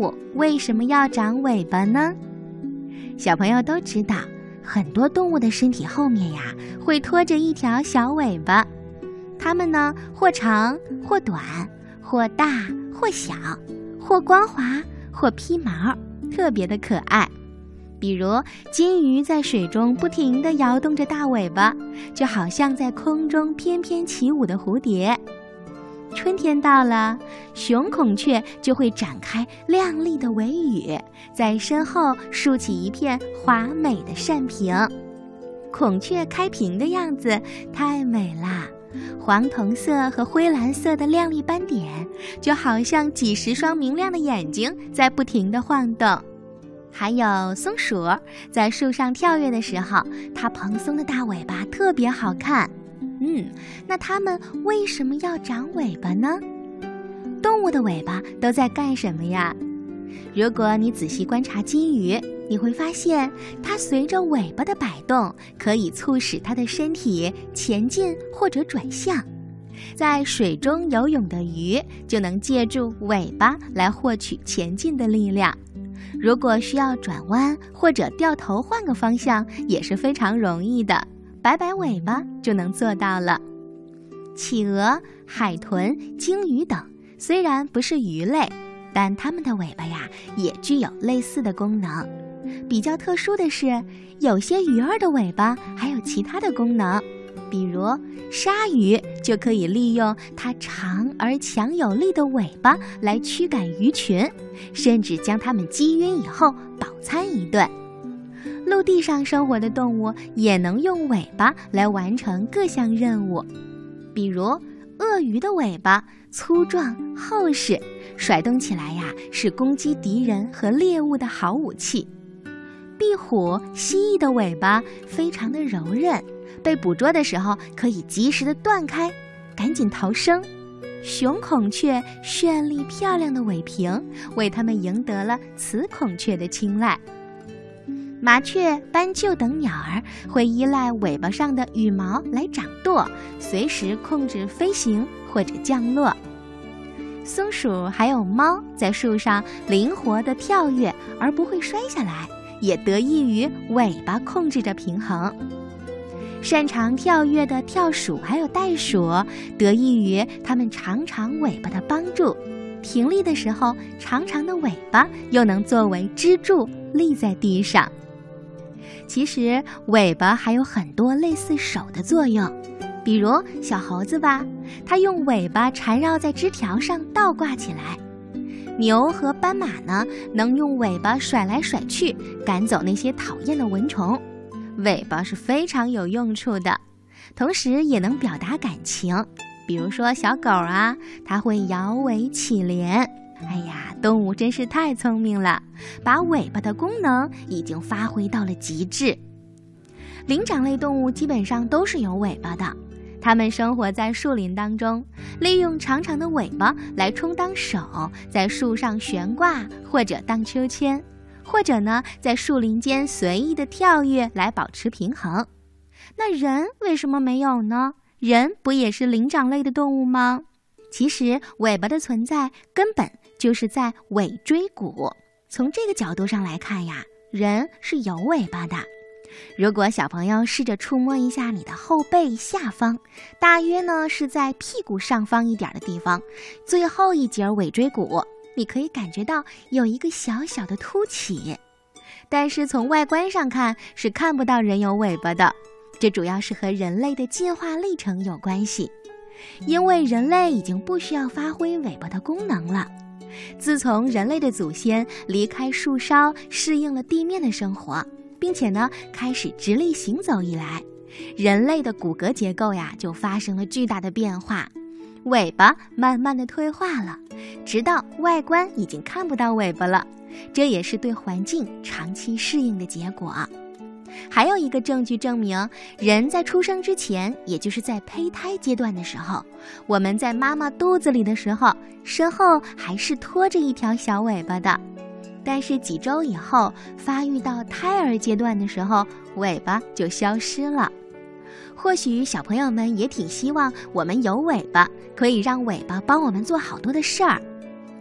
物为什么要长尾巴呢？小朋友都知道，很多动物的身体后面呀会拖着一条小尾巴，它们呢或长或短，或大或小，或光滑或披毛，特别的可爱。比如金鱼在水中不停地摇动着大尾巴，就好像在空中翩翩起舞的蝴蝶。春天到了，雄孔雀就会展开亮丽的尾羽，在身后竖起一片华美的扇屏。孔雀开屏的样子太美啦，黄铜色和灰蓝色的亮丽斑点，就好像几十双明亮的眼睛在不停地晃动。还有松鼠在树上跳跃的时候，它蓬松的大尾巴特别好看。那它们为什么要长尾巴呢？动物的尾巴都在干什么呀？如果你仔细观察金鱼，你会发现它随着尾巴的摆动，可以促使它的身体前进或者转向。在水中游泳的鱼就能借助尾巴来获取前进的力量。如果需要转弯或者掉头换个方向，也是非常容易的，摆摆尾巴就能做到了。企鹅、海豚、鲸鱼等虽然不是鱼类，但它们的尾巴呀也具有类似的功能。比较特殊的是，有些鱼儿的尾巴还有其他的功能，比如鲨鱼就可以利用它长而强有力的尾巴来驱赶鱼群，甚至将它们击晕以后饱餐一顿。陆地上生活的动物也能用尾巴来完成各项任务，比如鳄鱼的尾巴粗壮厚实，甩动起来呀是攻击敌人和猎物的好武器。壁虎、蜥蜴的尾巴非常的柔韧，被捕捉的时候可以及时的断开，赶紧逃生。雄孔雀绚丽漂亮的尾屏为它们赢得了雌孔雀的青睐。麻雀、斑鸠等鸟儿会依赖尾巴上的羽毛来长舵，随时控制飞行或者降落。松鼠还有猫在树上灵活地跳跃而不会摔下来，也得益于尾巴控制着平衡。擅长跳跃的跳鼠还有袋鼠得益于它们长长尾巴的帮助，停立的时候长长的尾巴又能作为支柱立在地上。其实尾巴还有很多类似手的作用，比如小猴子吧，它用尾巴缠绕在枝条上倒挂起来。牛和斑马呢，能用尾巴甩来甩去，赶走那些讨厌的蚊虫。尾巴是非常有用处的，同时也能表达感情。比如说小狗啊，它会摇尾乞怜。哎呀，动物真是太聪明了，把尾巴的功能已经发挥到了极致。灵长类动物基本上都是有尾巴的，它们生活在树林当中，利用长长的尾巴来充当手，在树上悬挂或者荡秋千，或者呢在树林间随意的跳跃来保持平衡。那人为什么没有呢？人不也是灵长类的动物吗？其实尾巴的存在根本就是在尾椎骨。从这个角度上来看呀，人是有尾巴的。如果小朋友试着触摸一下你的后背下方，大约呢是在屁股上方一点的地方，最后一节尾椎骨，你可以感觉到有一个小小的凸起。但是从外观上看是看不到人有尾巴的，这主要是和人类的进化历程有关系。因为人类已经不需要发挥尾巴的功能了。自从人类的祖先离开树梢，适应了地面的生活，并且呢开始直立行走以来，人类的骨骼结构呀就发生了巨大的变化，尾巴慢慢的退化了，直到外观已经看不到尾巴了，这也是对环境长期适应的结果。还有一个证据证明，人在出生之前，也就是在胚胎阶段的时候，我们在妈妈肚子里的时候，身后还是拖着一条小尾巴的。但是几周以后，发育到胎儿阶段的时候，尾巴就消失了。或许小朋友们也挺希望我们有尾巴，可以让尾巴帮我们做好多的事儿。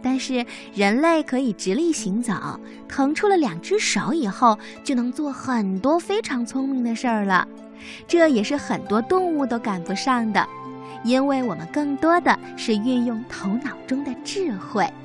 但是人类可以直立行走，腾出了2只手以后，就能做很多非常聪明的事儿了。这也是很多动物都赶不上的，因为我们更多的是运用头脑中的智慧。